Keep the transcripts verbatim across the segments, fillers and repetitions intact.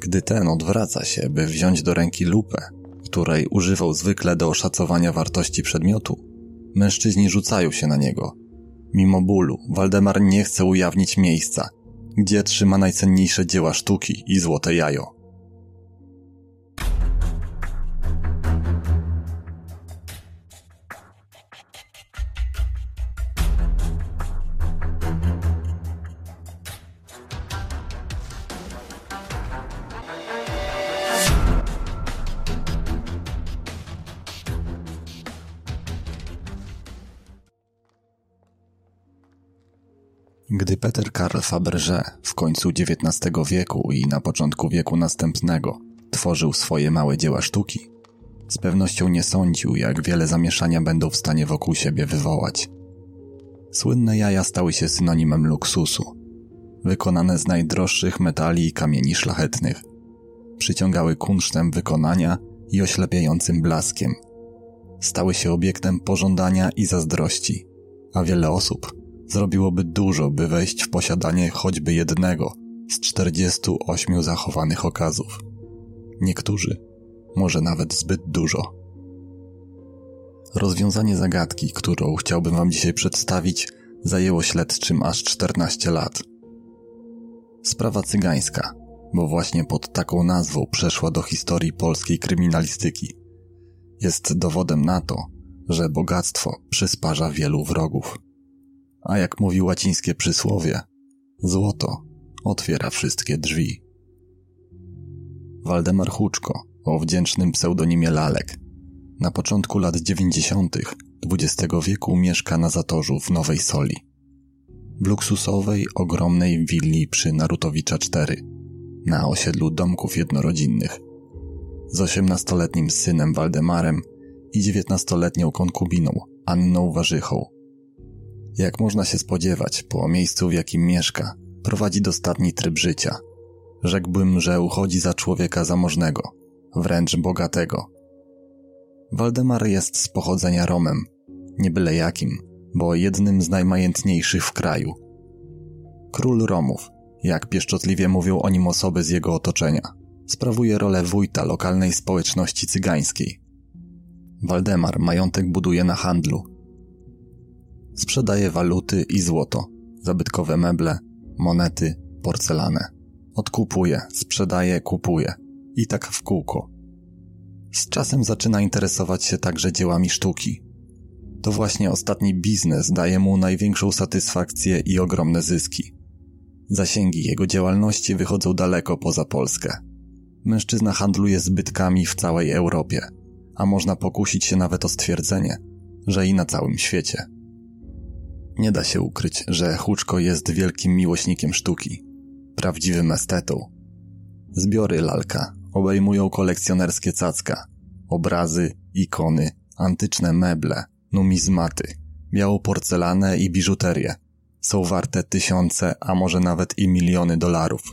Gdy ten odwraca się, by wziąć do ręki lupę, której używał zwykle do oszacowania wartości przedmiotu, mężczyźni rzucają się na niego. Mimo bólu, Waldemar nie chce ujawnić miejsca, gdzie trzyma najcenniejsze dzieła sztuki i złote jajo. Gdy Peter Karl Fabergé w końcu dziewiętnastego wieku i na początku wieku następnego tworzył swoje małe dzieła sztuki, z pewnością nie sądził, jak wiele zamieszania będą w stanie wokół siebie wywołać. Słynne jaja stały się synonimem luksusu. Wykonane z najdroższych metali i kamieni szlachetnych. Przyciągały kunsztem wykonania i oślepiającym blaskiem. Stały się obiektem pożądania i zazdrości, a wiele osób zrobiłoby dużo, by wejść w posiadanie choćby jednego z czterdziestu ośmiu zachowanych okazów. Niektórzy może nawet zbyt dużo. Rozwiązanie zagadki, którą chciałbym wam dzisiaj przedstawić, zajęło śledczym aż czternaście lat. Sprawa cygańska, bo właśnie pod taką nazwą przeszła do historii polskiej kryminalistyki, jest dowodem na to, że bogactwo przysparza wielu wrogów. A jak mówi łacińskie przysłowie, złoto otwiera wszystkie drzwi. Waldemar Huczko, o wdzięcznym pseudonimie Lalek, na początku lat dziewięćdziesiątych dwudziestego wieku mieszka na Zatorzu w Nowej Soli. W luksusowej, ogromnej willi przy Narutowicza cztery, na osiedlu domków jednorodzinnych, z osiemnastoletnim synem Waldemarem i dziewiętnastoletnią konkubiną Anną Warzychą. Jak można się spodziewać, po miejscu, w jakim mieszka, prowadzi dostatni tryb życia. Rzekłbym, że uchodzi za człowieka zamożnego, wręcz bogatego. Waldemar jest z pochodzenia Romem, nie byle jakim, bo jednym z najmajętniejszych w kraju. Król Romów, jak pieszczotliwie mówią o nim osoby z jego otoczenia, sprawuje rolę wójta lokalnej społeczności cygańskiej. Waldemar majątek buduje na handlu. Sprzedaje waluty i złoto, zabytkowe meble, monety, porcelanę. Odkupuje, sprzedaje, kupuje. I tak w kółko. Z czasem zaczyna interesować się także dziełami sztuki. To właśnie ostatni biznes daje mu największą satysfakcję i ogromne zyski. Zasięgi jego działalności wychodzą daleko poza Polskę. Mężczyzna handluje zbytkami w całej Europie, a można pokusić się nawet o stwierdzenie, że i na całym świecie. Nie da się ukryć, że Huczko jest wielkim miłośnikiem sztuki, prawdziwym estetą. Zbiory Lalka obejmują kolekcjonerskie cacka, obrazy, ikony, antyczne meble, numizmaty, białą porcelanę i biżuterię. Są warte tysiące, a może nawet i miliony dolarów.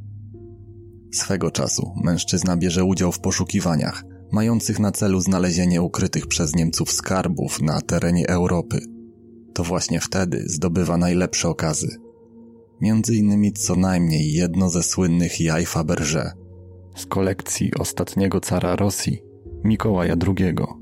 Swego czasu mężczyzna bierze udział w poszukiwaniach, mających na celu znalezienie ukrytych przez Niemców skarbów na terenie Europy. To właśnie wtedy zdobywa najlepsze okazy. Między innymi co najmniej jedno ze słynnych jaj Fabergé z kolekcji ostatniego cara Rosji, Mikołaja drugiego.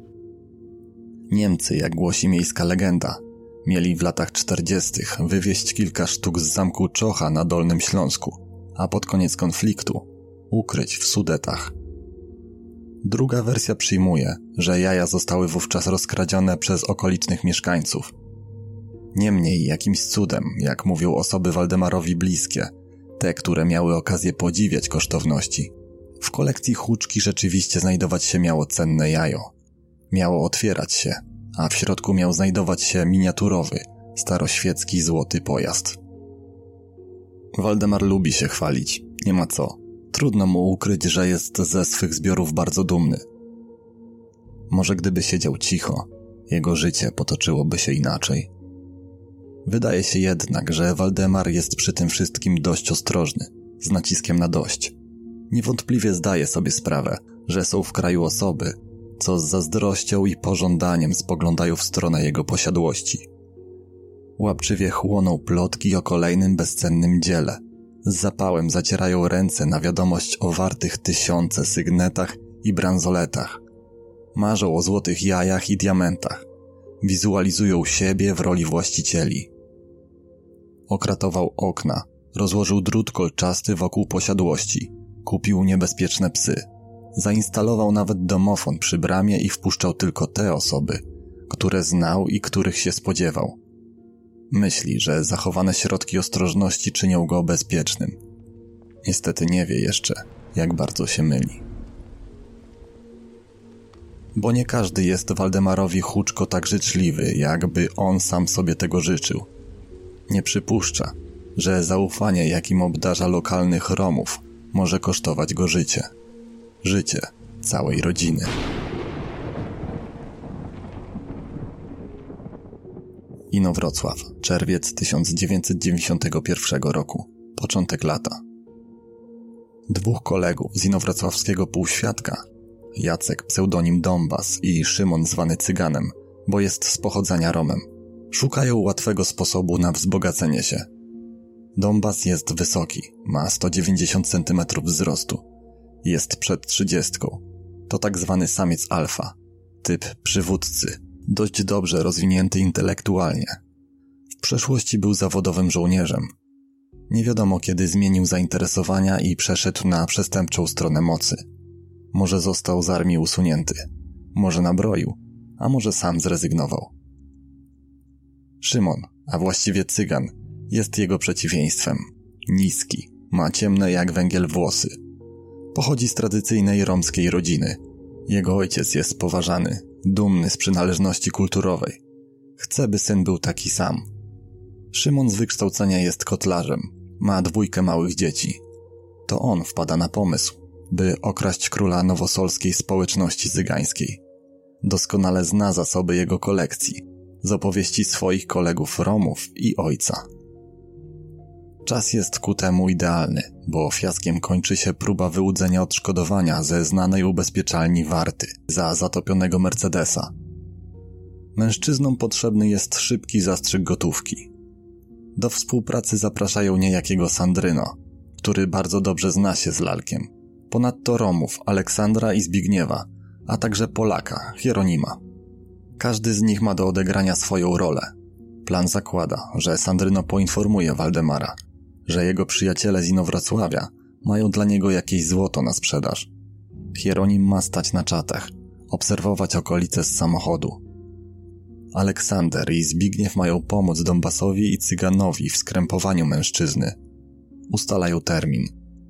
Niemcy, jak głosi miejska legenda, mieli w latach czterdziestych wywieźć kilka sztuk z zamku Czocha na Dolnym Śląsku, a pod koniec konfliktu ukryć w Sudetach. Druga wersja przyjmuje, że jaja zostały wówczas rozkradzione przez okolicznych mieszkańców. Niemniej jakimś cudem, jak mówią osoby Waldemarowi bliskie, te, które miały okazję podziwiać kosztowności, w kolekcji Huczki rzeczywiście znajdować się miało cenne jajo. Miało otwierać się, a w środku miał znajdować się miniaturowy, staroświecki złoty pojazd. Waldemar lubi się chwalić, nie ma co. Trudno mu ukryć, że jest ze swych zbiorów bardzo dumny. Może gdyby siedział cicho, jego życie potoczyłoby się inaczej. Wydaje się jednak, że Waldemar jest przy tym wszystkim dość ostrożny, z naciskiem na dość. Niewątpliwie zdaje sobie sprawę, że są w kraju osoby, co z zazdrością i pożądaniem spoglądają w stronę jego posiadłości. Łapczywie chłoną plotki o kolejnym bezcennym dziele, Z zapałem zacierają ręce na wiadomość o wartych tysiące sygnetach i bransoletach. Marzą o złotych jajach i diamentach. Wizualizują siebie w roli właścicieli. Okratował okna, rozłożył drut kolczasty wokół posiadłości, kupił niebezpieczne psy. Zainstalował nawet domofon przy bramie i wpuszczał tylko te osoby, które znał i których się spodziewał. Myśli, że zachowane środki ostrożności czynią go bezpiecznym. Niestety nie wie jeszcze, jak bardzo się myli. Bo nie każdy jest Waldemarowi Huczko tak życzliwy, jakby on sam sobie tego życzył. Nie przypuszcza, że zaufanie, jakim obdarza lokalnych Romów, może kosztować go życie. Życie całej rodziny. Inowrocław, czerwiec tysiąc dziewięćset dziewięćdziesiątego pierwszego roku, początek lata. Dwóch kolegów z inowrocławskiego półświadka, Jacek pseudonim Dombas i Szymon zwany Cyganem, bo jest z pochodzenia Romem, szukają łatwego sposobu na wzbogacenie się. Dombas jest wysoki, ma sto dziewięćdziesiąt centymetrów wzrostu. Jest przed trzydziestką. To tak zwany samiec alfa, typ przywódcy, dość dobrze rozwinięty intelektualnie. W przeszłości był zawodowym żołnierzem. Nie wiadomo kiedy zmienił zainteresowania i przeszedł na przestępczą stronę mocy. Może został z armii usunięty, może nabroił, a może sam zrezygnował. Szymon, a właściwie Cygan, jest jego przeciwieństwem. Niski, ma ciemne jak węgiel włosy. Pochodzi z tradycyjnej romskiej rodziny. Jego ojciec jest poważany, dumny z przynależności kulturowej. Chce, by syn był taki sam. Szymon z wykształcenia jest kotlarzem, ma dwójkę małych dzieci. To on wpada na pomysł, by okraść króla nowosolskiej społeczności cygańskiej. Doskonale zna zasoby jego kolekcji, z opowieści swoich kolegów Romów i ojca. Czas jest ku temu idealny, bo fiaskiem kończy się próba wyłudzenia odszkodowania ze znanej ubezpieczalni Warty za zatopionego Mercedesa. Mężczyznom potrzebny jest szybki zastrzyk gotówki. Do współpracy zapraszają niejakiego Sandryno, który bardzo dobrze zna się z lalkiem. Ponadto Romów Aleksandra i Zbigniewa, a także Polaka, Hieronima. Każdy z nich ma do odegrania swoją rolę. Plan zakłada, że Sandryno poinformuje Waldemara, że jego przyjaciele z Inowrocławia mają dla niego jakieś złoto na sprzedaż. Hieronim ma stać na czatach, obserwować okolice z samochodu. Aleksander i Zbigniew mają pomóc Dombasowi i Cyganowi w skrępowaniu mężczyzny. Ustalają termin.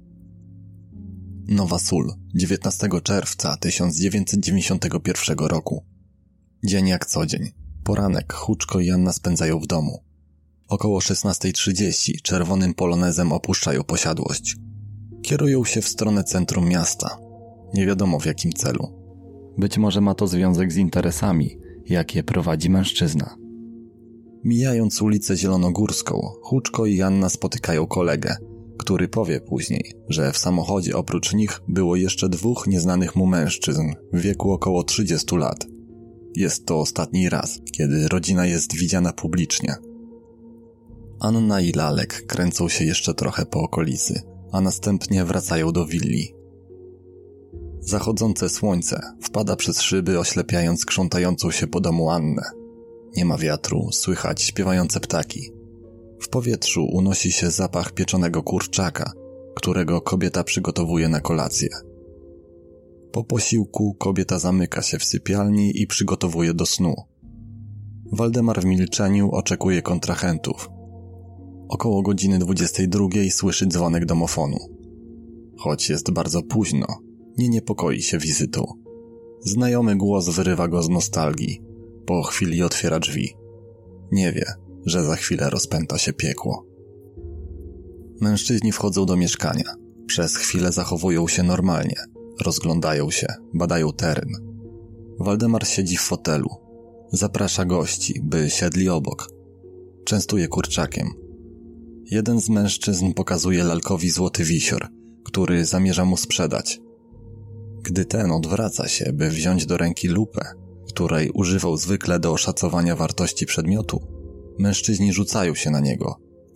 Nowa Sól, dziewiętnastego czerwca tysiąc dziewięćset dziewięćdziesiątego pierwszego roku. Dzień jak co dzień. Poranek Huczko i Anna spędzają w domu. Około szesnasta trzydzieści czerwonym polonezem opuszczają posiadłość. Kierują się w stronę centrum miasta. Nie wiadomo w jakim celu. Być może ma to związek z interesami, jakie prowadzi mężczyzna. Mijając ulicę Zielonogórską, Huczko i Anna spotykają kolegę, który powie później, że w samochodzie oprócz nich było jeszcze dwóch nieznanych mu mężczyzn w wieku około trzydziestu lat. Jest to ostatni raz, kiedy rodzina jest widziana publicznie. Anna i Lalek kręcą się jeszcze trochę po okolicy, a następnie wracają do willi. Zachodzące słońce wpada przez szyby, oślepiając krzątającą się po domu Annę. Nie ma wiatru, słychać śpiewające ptaki. W powietrzu unosi się zapach pieczonego kurczaka, którego kobieta przygotowuje na kolację. Po posiłku kobieta zamyka się w sypialni i przygotowuje do snu. Waldemar w milczeniu oczekuje kontrahentów. Około godziny dwudziestej drugiej słyszy dzwonek domofonu. Choć jest bardzo późno, nie niepokoi się wizytą. Znajomy głos wyrywa go z nostalgii. Po chwili otwiera drzwi. Nie wie, że za chwilę rozpęta się piekło. Mężczyźni wchodzą do mieszkania. Przez chwilę zachowują się normalnie. Rozglądają się, badają teren. Waldemar siedzi w fotelu. Zaprasza gości, by siedli obok. Częstuje kurczakiem. Jeden z mężczyzn pokazuje Lalkowi złoty wisior, który zamierza mu sprzedać. Gdy ten odwraca się, by wziąć do ręki lupę, której używał zwykle do oszacowania wartości przedmiotu, mężczyźni rzucają się na niego.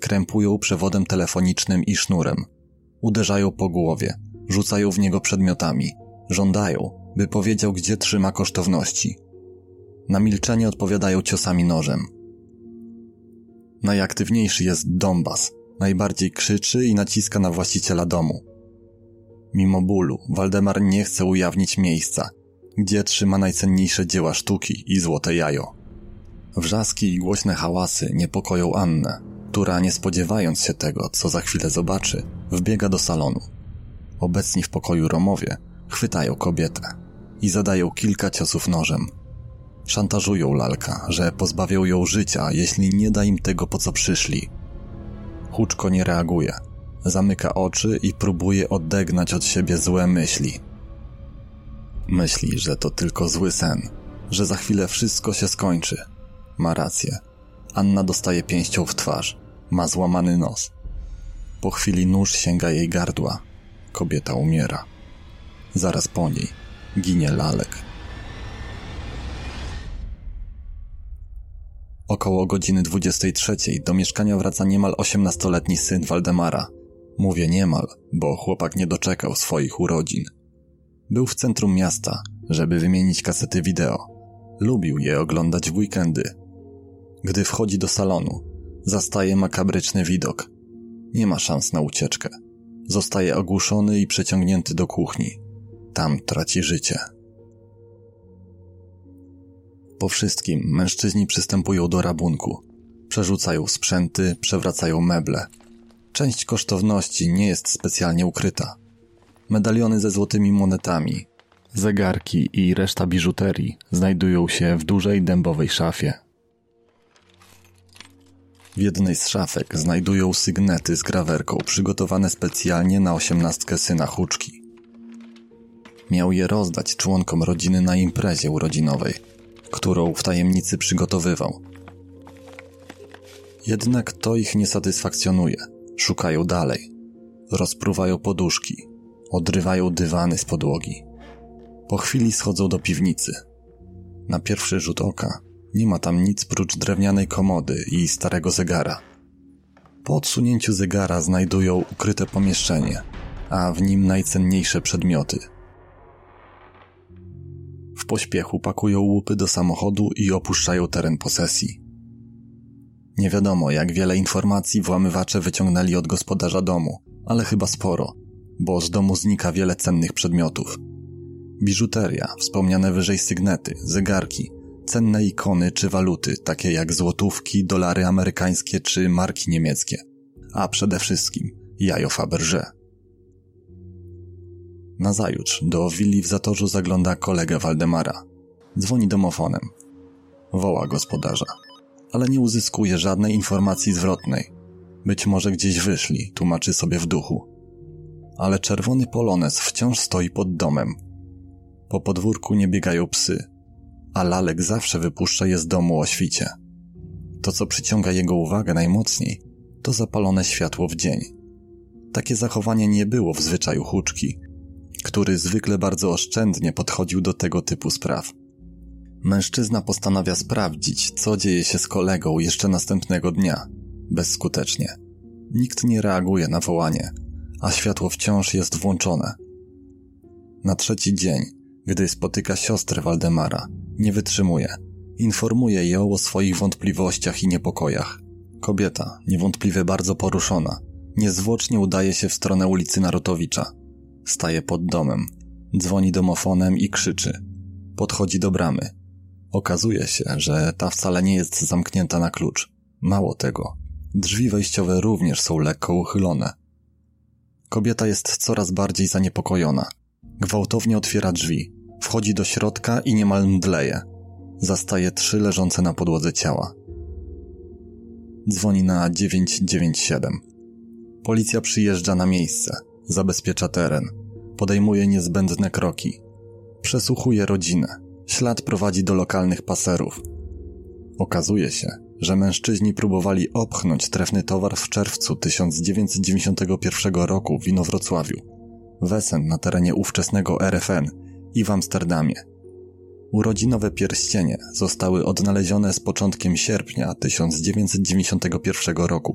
krępują przewodem telefonicznym i sznurem. Uderzają po głowie, rzucają w niego przedmiotami, żądają, by powiedział, gdzie trzyma kosztowności. Na milczenie odpowiadają ciosami nożem. Najaktywniejszy jest Donbas, najbardziej krzyczy i naciska na właściciela domu. Mimo bólu, Waldemar nie chce ujawnić miejsca, gdzie trzyma najcenniejsze dzieła sztuki i złote jajo. Wrzaski i głośne hałasy niepokoją Annę, która, nie spodziewając się tego, co za chwilę zobaczy, wbiega do salonu. Obecni w pokoju Romowie chwytają kobietę i zadają kilka ciosów nożem. Szantażują lalka, że pozbawią ją życia, jeśli nie da im tego, po co przyszli. Huczko nie reaguje, zamyka oczy i próbuje odegnać od siebie złe myśli. Myśli, że to tylko zły sen, że za chwilę wszystko się skończy. Ma rację. Anna dostaje pięścią w twarz, ma złamany nos. Po chwili nóż sięga jej gardła. Kobieta umiera. Zaraz po niej ginie Lalek. Około godziny dwudziestej trzeciej do mieszkania wraca niemal osiemnastoletni syn Waldemara. Mówię niemal, bo chłopak nie doczekał swoich urodzin. Był w centrum miasta, żeby wymienić kasety wideo. Lubił je oglądać w weekendy. Gdy wchodzi do salonu, zastaje makabryczny widok. Nie ma szans na ucieczkę. Zostaje ogłuszony i przeciągnięty do kuchni. Tam traci życie. Po wszystkim mężczyźni przystępują do rabunku. Przerzucają sprzęty, przewracają meble. Część kosztowności nie jest specjalnie ukryta. Medaliony ze złotymi monetami, zegarki i reszta biżuterii znajdują się w dużej dębowej szafie. W jednej z szafek znajdują sygnety z grawerką przygotowane specjalnie na osiemnastkę syna Huczki. Miał je rozdać członkom rodziny na imprezie urodzinowej, którą w tajemnicy przygotowywał. Jednak to ich nie satysfakcjonuje. Szukają dalej. Rozpruwają poduszki. Odrywają dywany z podłogi. Po chwili schodzą do piwnicy. Na pierwszy rzut oka nie ma tam nic prócz drewnianej komody i starego zegara. Po odsunięciu zegara znajdują ukryte pomieszczenie, a w nim najcenniejsze przedmioty. W pośpiechu pakują łupy do samochodu i opuszczają teren posesji. Nie wiadomo, jak wiele informacji włamywacze wyciągnęli od gospodarza domu, ale chyba sporo, bo z domu znika wiele cennych przedmiotów. Biżuteria, wspomniane wyżej sygnety, zegarki, cenne ikony czy waluty, takie jak złotówki, dolary amerykańskie czy marki niemieckie, a przede wszystkim jajo Fabergé. Nazajutrz do willi w Zatorzu zagląda kolega Waldemara. Dzwoni domofonem. Woła gospodarza, ale nie uzyskuje żadnej informacji zwrotnej. Być może gdzieś wyszli, tłumaczy sobie w duchu. Ale czerwony Polones wciąż stoi pod domem. Po podwórku nie biegają psy, a Lalek zawsze wypuszcza je z domu o świcie. To, co przyciąga jego uwagę najmocniej, to zapalone światło w dzień. Takie zachowanie nie było w zwyczaju Huczki, który zwykle bardzo oszczędnie podchodził do tego typu spraw. Mężczyzna postanawia sprawdzić, co dzieje się z kolegą jeszcze następnego dnia. Bezskutecznie. Nikt nie reaguje na wołanie, a światło wciąż jest włączone. Na trzeci dzień, gdy spotyka siostrę Waldemara, nie wytrzymuje. Informuje ją o swoich wątpliwościach i niepokojach. Kobieta, niewątpliwie bardzo poruszona, niezwłocznie udaje się w stronę ulicy Narutowicza. Staje pod domem, dzwoni domofonem i krzyczy. Podchodzi do bramy. Okazuje się, że ta wcale nie jest zamknięta na klucz. Mało tego, drzwi wejściowe również są lekko uchylone. Kobieta jest coraz bardziej zaniepokojona. Gwałtownie otwiera drzwi, wchodzi do środka i niemal mdleje. Zastaje trzy leżące na podłodze ciała. Dzwoni na dziewięć dziewięć siedem. Policja przyjeżdża na miejsce, zabezpiecza teren, podejmuje niezbędne kroki. Przesłuchuje rodzinę. Ślad prowadzi do lokalnych paserów. Okazuje się, że mężczyźni próbowali opchnąć trefny towar w czerwcu tysiąc dziewięćset dziewięćdziesiątego pierwszego roku w Inowrocławiu, Wesen na terenie ówczesnego R F N i w Amsterdamie. Urodzinowe pierścienie zostały odnalezione z początkiem sierpnia tysiąc dziewięćset dziewięćdziesiątego pierwszego roku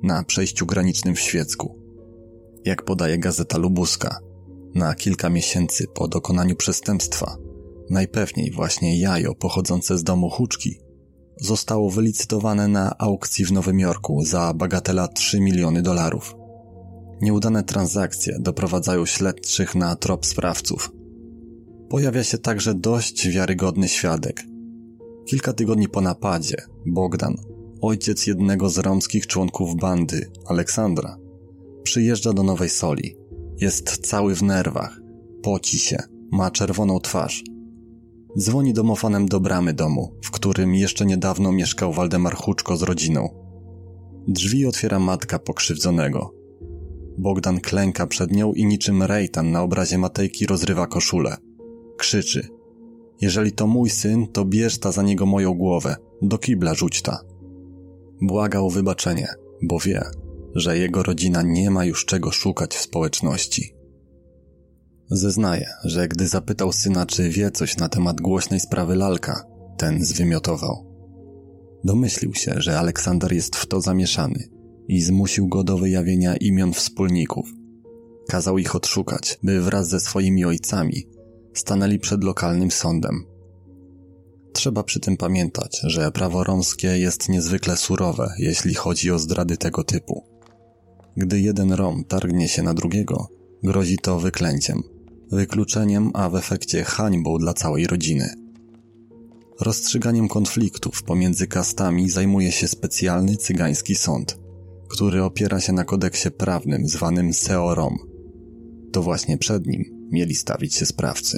na przejściu granicznym w Świecku. Jak podaje gazeta lubuska, na kilka miesięcy po dokonaniu przestępstwa, najpewniej właśnie jajo pochodzące z domu Huczki zostało wylicytowane na aukcji w Nowym Jorku za bagatela trzy miliony dolarów. Nieudane transakcje doprowadzają śledczych na trop sprawców. Pojawia się także dość wiarygodny świadek. Kilka tygodni po napadzie Bogdan, ojciec jednego z romskich członków bandy, Aleksandra, przyjeżdża do Nowej Soli. Jest cały w nerwach, poci się, ma czerwoną twarz. Dzwoni domofonem do bramy domu, w którym jeszcze niedawno mieszkał Waldemar Huczko z rodziną. Drzwi otwiera matka pokrzywdzonego. Bogdan klęka przed nią i niczym Rejtan na obrazie Matejki rozrywa koszulę. Krzyczy: jeżeli to mój syn, to bierz ta za niego moją głowę, do kibla rzuć ta. Błaga o wybaczenie, bo wie, że jego rodzina nie ma już czego szukać w społeczności. Zeznaje, że gdy zapytał syna, czy wie coś na temat głośnej sprawy lalka, ten zwymiotował. Domyślił się, że Aleksander jest w to zamieszany i zmusił go do wyjawienia imion wspólników. Kazał ich odszukać, by wraz ze swoimi ojcami stanęli przed lokalnym sądem. Trzeba przy tym pamiętać, że prawo romskie jest niezwykle surowe, jeśli chodzi o zdrady tego typu. Gdy jeden Rom targnie się na drugiego, grozi to wyklęciem, wykluczeniem, a w efekcie hańbą dla całej rodziny. Rozstrzyganiem konfliktów pomiędzy kastami zajmuje się specjalny cygański sąd, który opiera się na kodeksie prawnym zwanym Seo-Rom. To właśnie przed nim mieli stawić się sprawcy.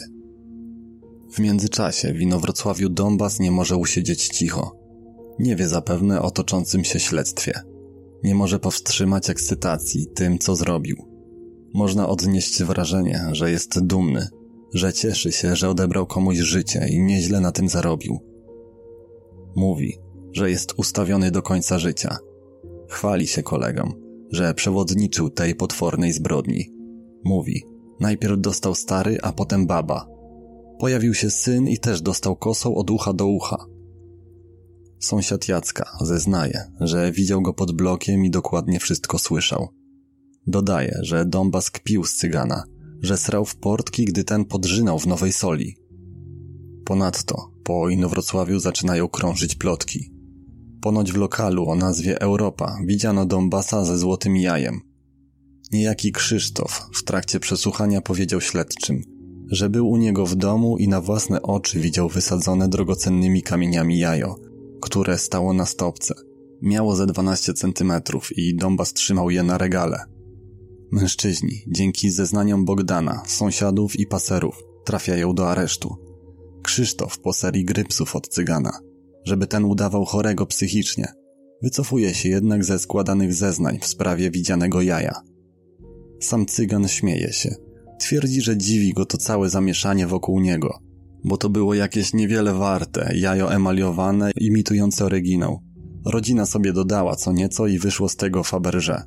W międzyczasie w Inowrocławiu Dąbas nie może usiedzieć cicho. Nie wie zapewne o toczącym się śledztwie. Nie może powstrzymać ekscytacji tym, co zrobił. Można odnieść wrażenie, że jest dumny, że cieszy się, że odebrał komuś życie i nieźle na tym zarobił. Mówi, że jest ustawiony do końca życia. Chwali się kolegom, że przewodniczył tej potwornej zbrodni. Mówi, najpierw dostał stary, a potem baba. Pojawił się syn i też dostał kosą od ucha do ucha. Sąsiad Jacka zeznaje, że widział go pod blokiem i dokładnie wszystko słyszał. Dodaje, że Dąbas kpił z cygana, że srał w portki, gdy ten podrzynał w Nowej Soli. Ponadto po Inowrocławiu zaczynają krążyć plotki. Ponoć w lokalu o nazwie Europa widziano Dąbasa ze złotym jajem. Niejaki Krzysztof w trakcie przesłuchania powiedział śledczym, że był u niego w domu i na własne oczy widział wysadzone drogocennymi kamieniami jajo, które stało na stopce. Miało ze dwanaście centymetrów i Dąbas trzymał je na regale. Mężczyźni, dzięki zeznaniom Bogdana, sąsiadów i paserów, trafiają do aresztu. Krzysztof po serii grypsów od cygana, żeby ten udawał chorego psychicznie, wycofuje się jednak ze składanych zeznań w sprawie widzianego jaja. Sam cygan śmieje się. Twierdzi, że dziwi go to całe zamieszanie wokół niego, bo to było jakieś niewiele warte, jajo emaliowane, imitujące oryginał. Rodzina sobie dodała co nieco i wyszło z tego Fabergé.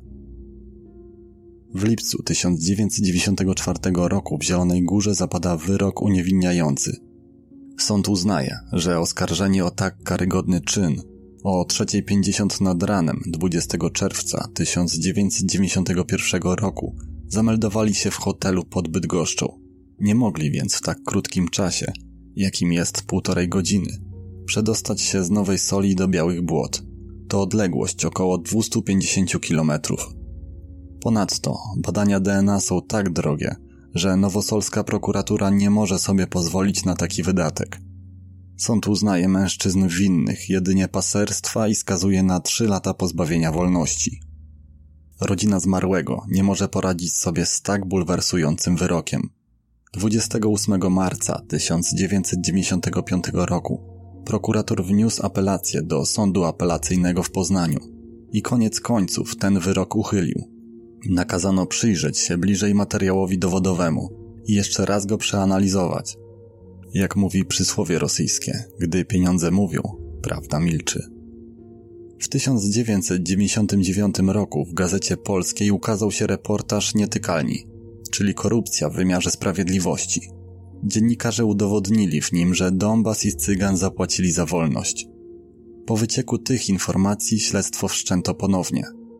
W lipcu tysiąc dziewięćset dziewięćdziesiątego czwartego roku w Zielonej Górze zapada wyrok uniewinniający. Sąd uznaje, że oskarżeni o tak karygodny czyn o trzecia pięćdziesiąt nad ranem dwudziestego czerwca tysiąc dziewięćset dziewięćdziesiątego pierwszego roku zameldowali się w hotelu pod Bydgoszczą. Nie mogli więc w tak krótkim czasie, jakim jest półtorej godziny, przedostać się z Nowej Soli do Białych Błot. To odległość około dwieście pięćdziesiąt kilometrów. Ponadto badania D N A są tak drogie, że nowosolska prokuratura nie może sobie pozwolić na taki wydatek. Sąd uznaje mężczyzn winnych jedynie paserstwa i skazuje na trzy lata pozbawienia wolności. Rodzina zmarłego nie może poradzić sobie z tak bulwersującym wyrokiem. dwudziestego ósmego marca tysiąc dziewięćset dziewięćdziesiątego piątego roku prokurator wniósł apelację do Sądu Apelacyjnego w Poznaniu i koniec końców ten wyrok uchylił. Nakazano przyjrzeć się bliżej materiałowi dowodowemu i jeszcze raz go przeanalizować. Jak mówi przysłowie rosyjskie, gdy pieniądze mówią, prawda milczy. W tysiąc dziewięćset dziewięćdziesiątym dziewiątym roku w Gazecie Polskiej ukazał się reportaż Nietykalni, czyli korupcja w wymiarze sprawiedliwości. Dziennikarze udowodnili w nim, że Dąbas i Cygan zapłacili za wolność. Po wycieku tych informacji śledztwo wszczęto ponownie.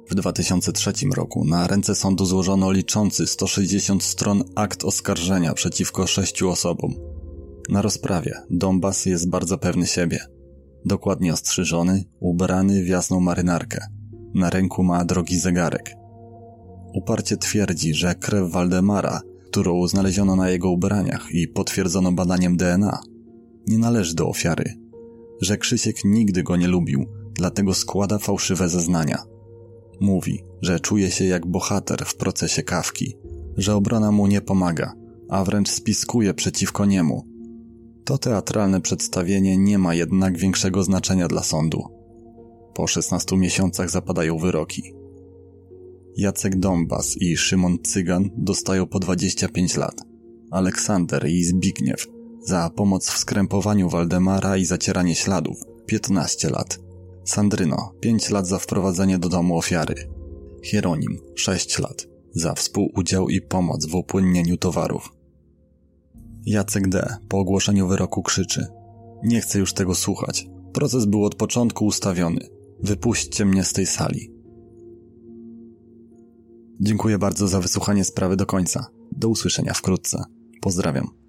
W dwa tysiące trzecim roku na ręce sądu złożono liczący sto sześćdziesiąt stron akt oskarżenia przeciwko sześciu osobom. Na rozprawie Dombas jest bardzo pewny siebie. Dokładnie ostrzyżony, ubrany w jasną marynarkę. Na ręku ma drogi zegarek. Uparcie twierdzi, że krew Waldemara, którą znaleziono na jego ubraniach i potwierdzono badaniem D N A, nie należy do ofiary. Że Krzysiek nigdy go nie lubił, dlatego składa fałszywe zeznania. Mówi, że czuje się jak bohater w procesie Kafki, że obrona mu nie pomaga, a wręcz spiskuje przeciwko niemu. To teatralne przedstawienie nie ma jednak większego znaczenia dla sądu. Po szesnastu miesiącach zapadają wyroki. Jacek Dombas i Szymon Cygan dostają po dwadzieścia pięć lat. Aleksander i Zbigniew za pomoc w skrępowaniu Waldemara i zacieranie śladów piętnaście lat. Sandryno pięć lat za wprowadzenie do domu ofiary. Hieronim sześć lat za współudział i pomoc w upłynnieniu towarów. Jacek D. po ogłoszeniu wyroku krzyczy: nie chcę już tego słuchać. Proces był od początku ustawiony. Wypuśćcie mnie z tej sali. Dziękuję bardzo za wysłuchanie sprawy do końca. Do usłyszenia wkrótce. Pozdrawiam.